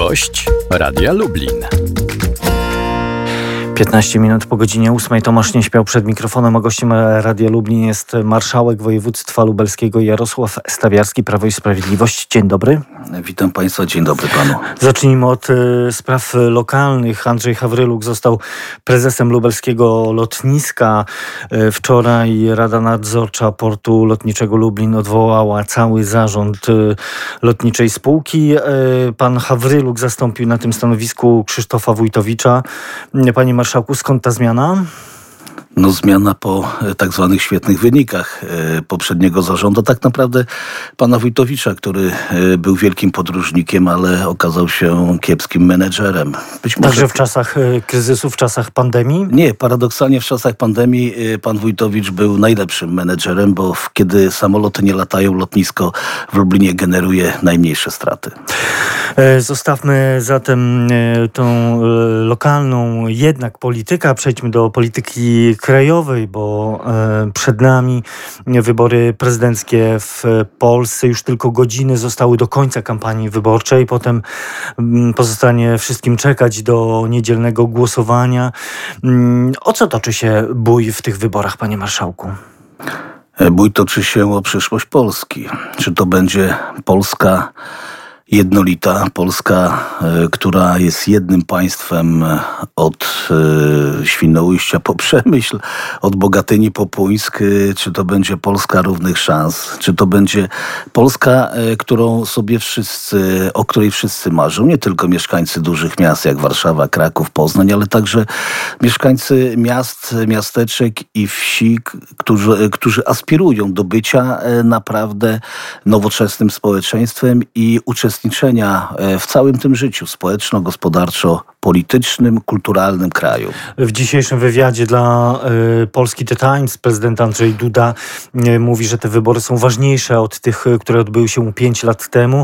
Gość Radia Lublin. 15 minut po godzinie 8. Tomasz nie śpiał przed mikrofonem, a gościem Radia Lublin jest marszałek województwa lubelskiego Jarosław Stawiarski, Prawo i Sprawiedliwość. Dzień dobry. Witam Państwa, dzień dobry Panu. Zacznijmy od spraw lokalnych. Andrzej Hawryluk został prezesem lubelskiego lotniska. Wczoraj Rada Nadzorcza Portu Lotniczego Lublin odwołała cały zarząd lotniczej spółki. Pan Hawryluk zastąpił na tym stanowisku Krzysztofa Wójtowicza. Panie marszałku, skąd ta zmiana? Zmiana po tak zwanych świetnych wynikach poprzedniego zarządu. Tak naprawdę pana Wójtowicza, który był wielkim podróżnikiem, ale okazał się kiepskim menedżerem. Także w czasach kryzysu, w czasach pandemii? Nie, paradoksalnie w czasach pandemii pan Wójtowicz był najlepszym menedżerem, bo kiedy samoloty nie latają, lotnisko w Lublinie generuje najmniejsze straty. Zostawmy zatem tą lokalną jednak politykę, przejdźmy do polityki krajowej, bo przed nami wybory prezydenckie w Polsce. Już tylko godziny zostały do końca kampanii wyborczej. Potem pozostanie wszystkim czekać do niedzielnego głosowania. O co toczy się bój w tych wyborach, panie marszałku? Bój toczy się o przyszłość Polski. Czy to będzie Polska jednolita, Polska, która jest jednym państwem od Świnoujścia po Przemyśl, od Bogatyni po Puńsk, czy to będzie Polska równych szans, czy to będzie Polska, o której wszyscy marzą, nie tylko mieszkańcy dużych miast jak Warszawa, Kraków, Poznań, ale także mieszkańcy miast, miasteczek i wsi, którzy aspirują do bycia naprawdę nowoczesnym społeczeństwem i uczestniczenia w całym tym życiu społeczno-gospodarczo-politycznym, kulturalnym kraju. W dzisiejszym wywiadzie dla Polski The Times prezydent Andrzej Duda mówi, że te wybory są ważniejsze od tych, które odbyły się 5 lat temu.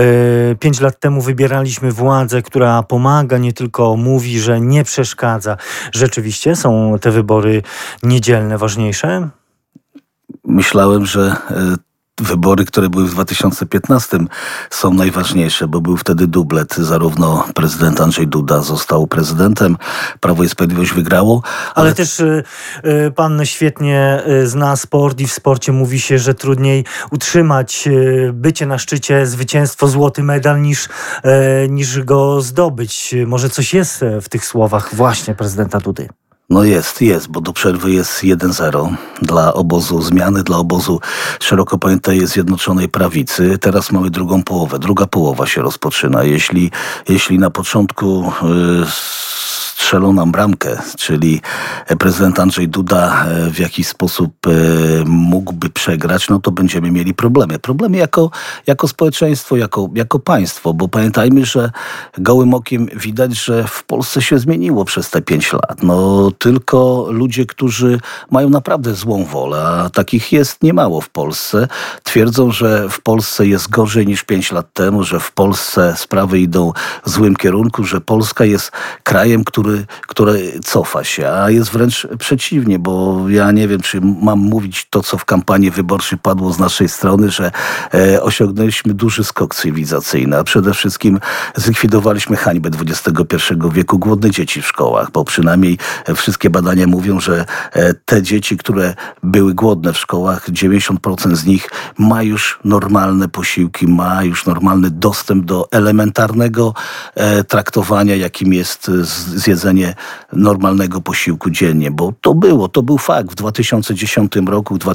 5 lat temu wybieraliśmy władzę, która pomaga, nie tylko mówi, że nie przeszkadza. Rzeczywiście są te wybory niedzielne ważniejsze? Myślałem, że wybory, które były w 2015 są najważniejsze, bo był wtedy dublet. Zarówno prezydent Andrzej Duda został prezydentem, Prawo i Sprawiedliwość wygrało. Ale też pan świetnie zna sport i w sporcie mówi się, że trudniej utrzymać bycie na szczycie, zwycięstwo, złoty medal niż go zdobyć. Może coś jest w tych słowach właśnie prezydenta Dudy? Jest, bo do przerwy jest 1-0 dla obozu zmiany, dla obozu szeroko pojętej Zjednoczonej Prawicy. Teraz mamy drugą połowę. Druga połowa się rozpoczyna. Jeśli na początku strzelą nam bramkę, czyli prezydent Andrzej Duda w jakiś sposób mógłby przegrać, to będziemy mieli problemy. Problemy jako społeczeństwo, jako państwo, bo pamiętajmy, że gołym okiem widać, że w Polsce się zmieniło przez te 5 lat. Tylko ludzie, którzy mają naprawdę złą wolę, a takich jest niemało w Polsce, twierdzą, że w Polsce jest gorzej niż 5 lat temu, że w Polsce sprawy idą w złym kierunku, że Polska jest krajem, który cofa się, a jest wręcz przeciwnie, bo ja nie wiem, czy mam mówić to, co w kampanii wyborczej padło z naszej strony, że osiągnęliśmy duży skok cywilizacyjny, a przede wszystkim zlikwidowaliśmy hańbę XXI wieku, głodne dzieci w szkołach, bo przynajmniej wszystkie badania mówią, że te dzieci, które były głodne w szkołach, 90% z nich ma już normalne posiłki, ma już normalny dostęp do elementarnego traktowania, jakim jest zjedzenie normalnego posiłku dziennie, bo to był fakt. W 2010 roku, w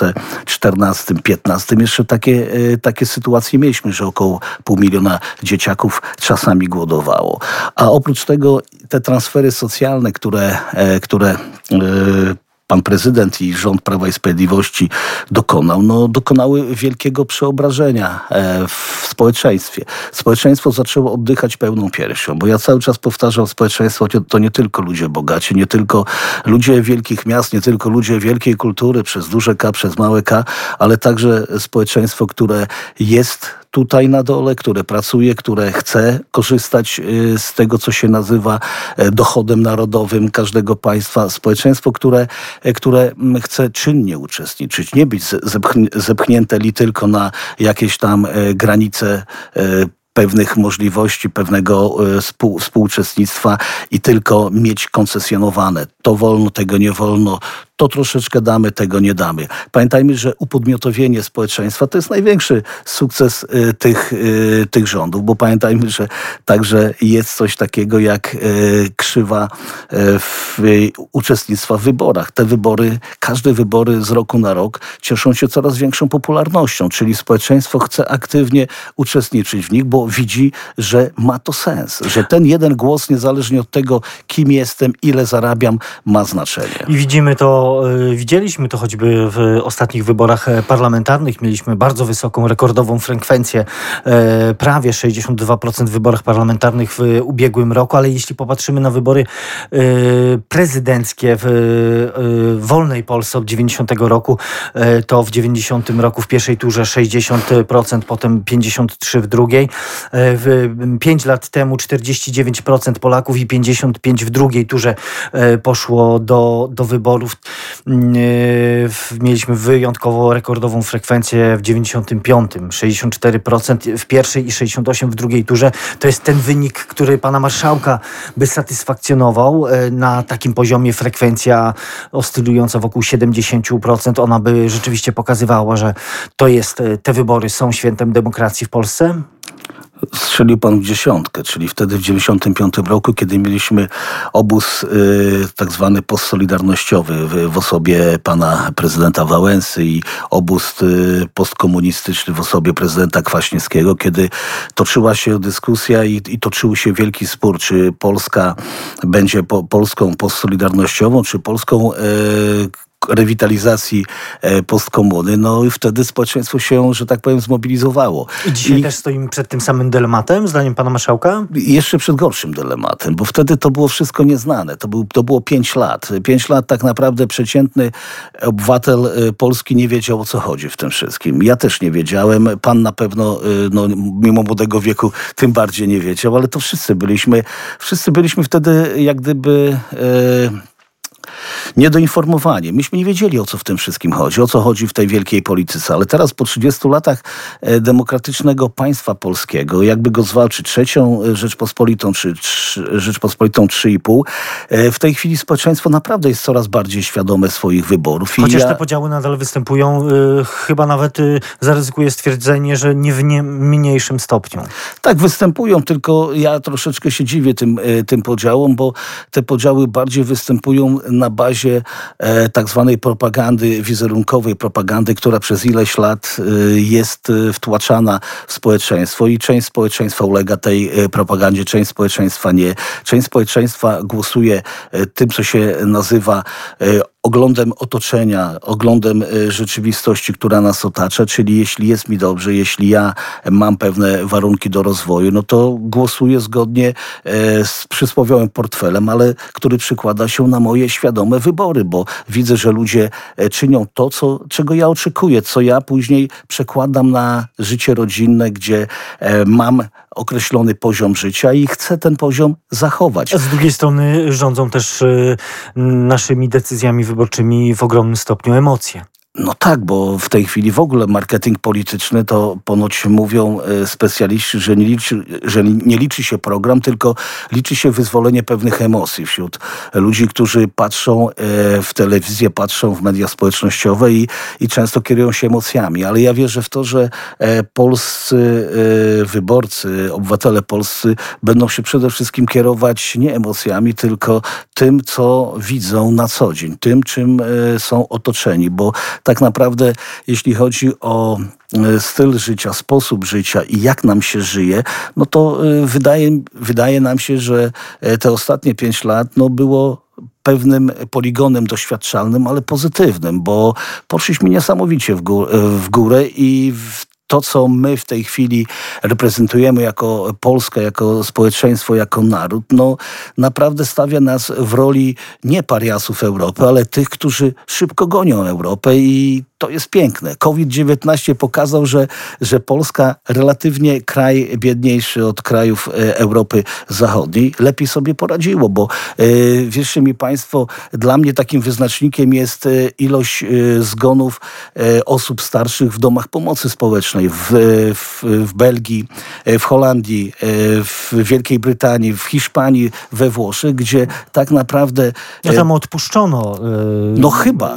2014-2015 jeszcze takie sytuacje mieliśmy, że około 500 000 dzieciaków czasami głodowało. A oprócz tego te transfery socjalne, które pan prezydent i rząd Prawa i Sprawiedliwości dokonały wielkiego przeobrażenia w społeczeństwie. Społeczeństwo zaczęło oddychać pełną piersią, bo ja cały czas powtarzam, społeczeństwo to nie tylko ludzie bogaci, nie tylko ludzie wielkich miast, nie tylko ludzie wielkiej kultury, przez duże K, przez małe K, ale także społeczeństwo, które jest tutaj na dole, które pracuje, które chce korzystać z tego, co się nazywa dochodem narodowym każdego państwa. Społeczeństwo, które chce czynnie uczestniczyć, nie być zepchnięte li tylko na jakieś tam granice pewnych możliwości, pewnego współuczestnictwa i tylko mieć koncesjonowane. To wolno, tego nie wolno, to troszeczkę damy, tego nie damy. Pamiętajmy, że upodmiotowienie społeczeństwa to jest największy sukces tych rządów, bo pamiętajmy, że także jest coś takiego jak krzywa uczestnictwa w wyborach. Te wybory, każde wybory z roku na rok cieszą się coraz większą popularnością, czyli społeczeństwo chce aktywnie uczestniczyć w nich, bo widzi, że ma to sens, że ten jeden głos, niezależnie od tego, kim jestem, ile zarabiam, ma znaczenie. I widzieliśmy to choćby w ostatnich wyborach parlamentarnych. Mieliśmy bardzo wysoką, rekordową frekwencję, prawie 62% w wyborach parlamentarnych w ubiegłym roku, ale jeśli popatrzymy na wybory prezydenckie w wolnej Polsce od 90 roku, to w 90 roku w pierwszej turze 60%, potem 53% w drugiej. 5 lat temu 49% Polaków i 55% w drugiej turze poszło do wyborów. Mieliśmy wyjątkowo rekordową frekwencję w 95. 64% w pierwszej i 68% w drugiej turze. To jest ten wynik, który pana marszałka by satysfakcjonował. Na takim poziomie frekwencja oscylująca wokół 70%. Ona by rzeczywiście pokazywała, że te wybory są świętem demokracji w Polsce? Strzelił pan w dziesiątkę, czyli wtedy w 95 roku, kiedy mieliśmy obóz tak zwany postsolidarnościowy w osobie pana prezydenta Wałęsy i obóz postkomunistyczny w osobie prezydenta Kwaśniewskiego, kiedy toczyła się dyskusja i toczył się wielki spór, czy Polska będzie Polską postsolidarnościową, czy Polską rewitalizacji postkomuny, no i wtedy społeczeństwo się, że tak powiem, zmobilizowało. I dzisiaj też stoimy przed tym samym dylematem, zdaniem pana marszałka? Jeszcze przed gorszym dylematem, bo wtedy to było wszystko nieznane. To było 5 lat. 5 lat tak naprawdę przeciętny obywatel Polski nie wiedział, o co chodzi w tym wszystkim. Ja też nie wiedziałem. Pan na pewno, mimo młodego wieku, tym bardziej nie wiedział, ale to wszyscy byliśmy wtedy jak gdyby niedoinformowani. Myśmy nie wiedzieli, o co w tym wszystkim chodzi, o co chodzi w tej wielkiej polityce. Ale teraz po 30 latach demokratycznego państwa polskiego, jakby go zwalczyć trzecią Rzeczpospolitą, czy Rzeczpospolitą 3,5, w tej chwili społeczeństwo naprawdę jest coraz bardziej świadome swoich wyborów. Chociaż te podziały nadal występują, chyba nawet zaryzykuję stwierdzenie, że nie w nie mniejszym stopniu. Tak, występują, tylko ja troszeczkę się dziwię tym podziałom, bo te podziały bardziej występują na bazie tak zwanej propagandy wizerunkowej, propagandy, która przez ileś lat jest wtłaczana w społeczeństwo i część społeczeństwa ulega tej propagandzie, część społeczeństwa nie. Część społeczeństwa głosuje tym, co się nazywa oglądem otoczenia, oglądem rzeczywistości, która nas otacza, czyli jeśli jest mi dobrze, jeśli ja mam pewne warunki do rozwoju, no to głosuję zgodnie z przysłowiowym portfelem, ale który przykłada się na moje świadome wybory, bo widzę, że ludzie czynią to, czego ja oczekuję, co ja później przekładam na życie rodzinne, gdzie mam określony poziom życia i chcę ten poziom zachować. A z drugiej strony rządzą też naszymi decyzjami wyborczymi w ogromnym stopniu emocje. No tak, bo w tej chwili w ogóle marketing polityczny to ponoć mówią specjaliści, że nie liczy się program, tylko liczy się wyzwolenie pewnych emocji wśród ludzi, którzy patrzą w telewizję, patrzą w media społecznościowe i często kierują się emocjami. Ale ja wierzę w to, że polscy wyborcy, obywatele polscy będą się przede wszystkim kierować nie emocjami, tylko tym, co widzą na co dzień, tym, czym są otoczeni, bo tak naprawdę, jeśli chodzi o styl życia, sposób życia i jak nam się żyje, no to wydaje nam się, że te ostatnie 5 lat było pewnym poligonem doświadczalnym, ale pozytywnym, bo poszliśmy niesamowicie w górę i to, co my w tej chwili reprezentujemy jako Polska, jako społeczeństwo, jako naród, no naprawdę stawia nas w roli nie pariasów Europy, ale tych, którzy szybko gonią Europę i to jest piękne. COVID-19 pokazał, że Polska, relatywnie kraj biedniejszy od krajów Europy Zachodniej, lepiej sobie poradziło, bo wierzcie mi państwo, dla mnie takim wyznacznikiem jest ilość zgonów osób starszych w domach pomocy społecznej w Belgii, w Holandii, w Wielkiej Brytanii, w Hiszpanii, we Włoszech, gdzie tak naprawdę... Ja tam odpuszczono. No chyba.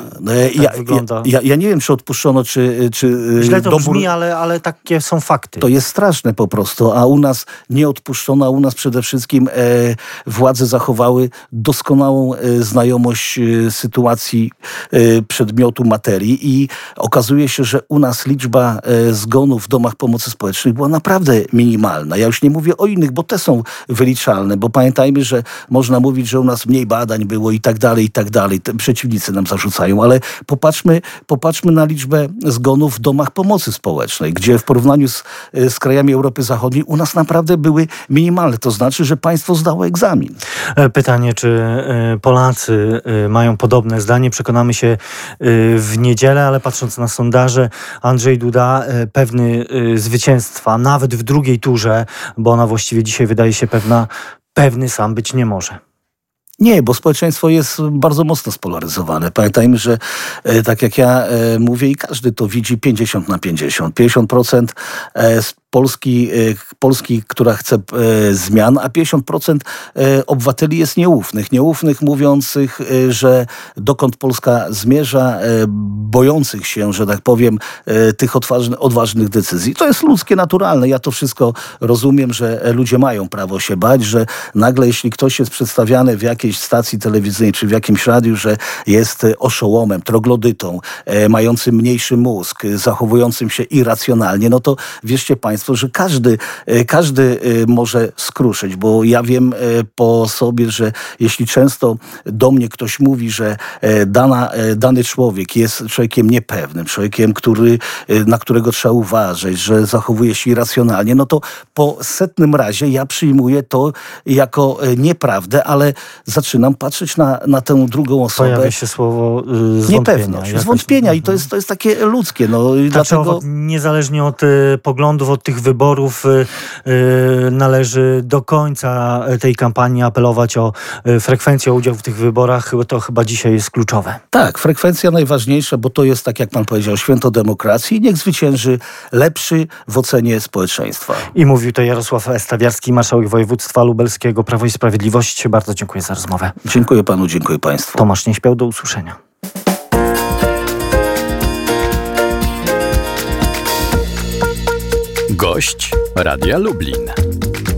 Ja nie wiem, czy odpuszczono, czy źle to brzmi, ale takie są fakty. To jest straszne po prostu, a u nas nie odpuszczono, a u nas przede wszystkim władze zachowały doskonałą znajomość sytuacji przedmiotu materii i okazuje się, że u nas liczba zgonów w domach pomocy społecznej była naprawdę minimalna. Ja już nie mówię o innych, bo te są wyliczalne, bo pamiętajmy, że można mówić, że u nas mniej badań było i tak dalej, i tak dalej. Przeciwnicy nam zarzucają, ale popatrzmy na liczbę zgonów w domach pomocy społecznej, gdzie w porównaniu z krajami Europy Zachodniej u nas naprawdę były minimalne. To znaczy, że państwo zdało egzamin. Pytanie, czy Polacy mają podobne zdanie? Przekonamy się w niedzielę, ale patrząc na sondaże, Andrzej Duda pewny zwycięstwa, nawet w drugiej turze, bo ona właściwie dzisiaj wydaje się pewny sam być nie może. Nie, bo społeczeństwo jest bardzo mocno spolaryzowane. Pamiętajmy, że tak jak ja mówię i każdy to widzi 50/50. 50% z Polski, która chce zmian, a 50% obywateli jest nieufnych. Nieufnych, mówiących, że dokąd Polska zmierza, bojących się, że tak powiem, tych odważnych decyzji. To jest ludzkie, naturalne. Ja to wszystko rozumiem, że ludzie mają prawo się bać, że nagle jeśli ktoś jest przedstawiany w jakiejś stacji telewizyjnej czy w jakimś radiu, że jest oszołomem, troglodytą, mającym mniejszy mózg, zachowującym się irracjonalnie, no to wierzcie państwo, że każdy może skruszyć, bo ja wiem po sobie, że jeśli często do mnie ktoś mówi, że dany człowiek jest człowiekiem niepewnym, człowiekiem, na którego trzeba uważać, że zachowuje się irracjonalnie, no to po 100. razie ja przyjmuję to jako nieprawdę, ale zaczynam patrzeć na tę drugą osobę. Pojawia się słowo niepewność, zwątpienia i to jest takie ludzkie. No, dlatego... Niezależnie od poglądów, od tych wyborów należy do końca tej kampanii apelować o frekwencję, o udział w tych wyborach. To chyba dzisiaj jest kluczowe. Tak, frekwencja najważniejsza, bo to jest, tak jak pan powiedział, święto demokracji i niech zwycięży lepszy w ocenie społeczeństwa. I mówił to Jarosław Stawiarski, marszałek województwa lubelskiego, Prawo i Sprawiedliwość. Bardzo dziękuję za rozmowę. Dziękuję panu, dziękuję państwu. Tomasz Nieśpiał, do usłyszenia. Gość Radia Lublin.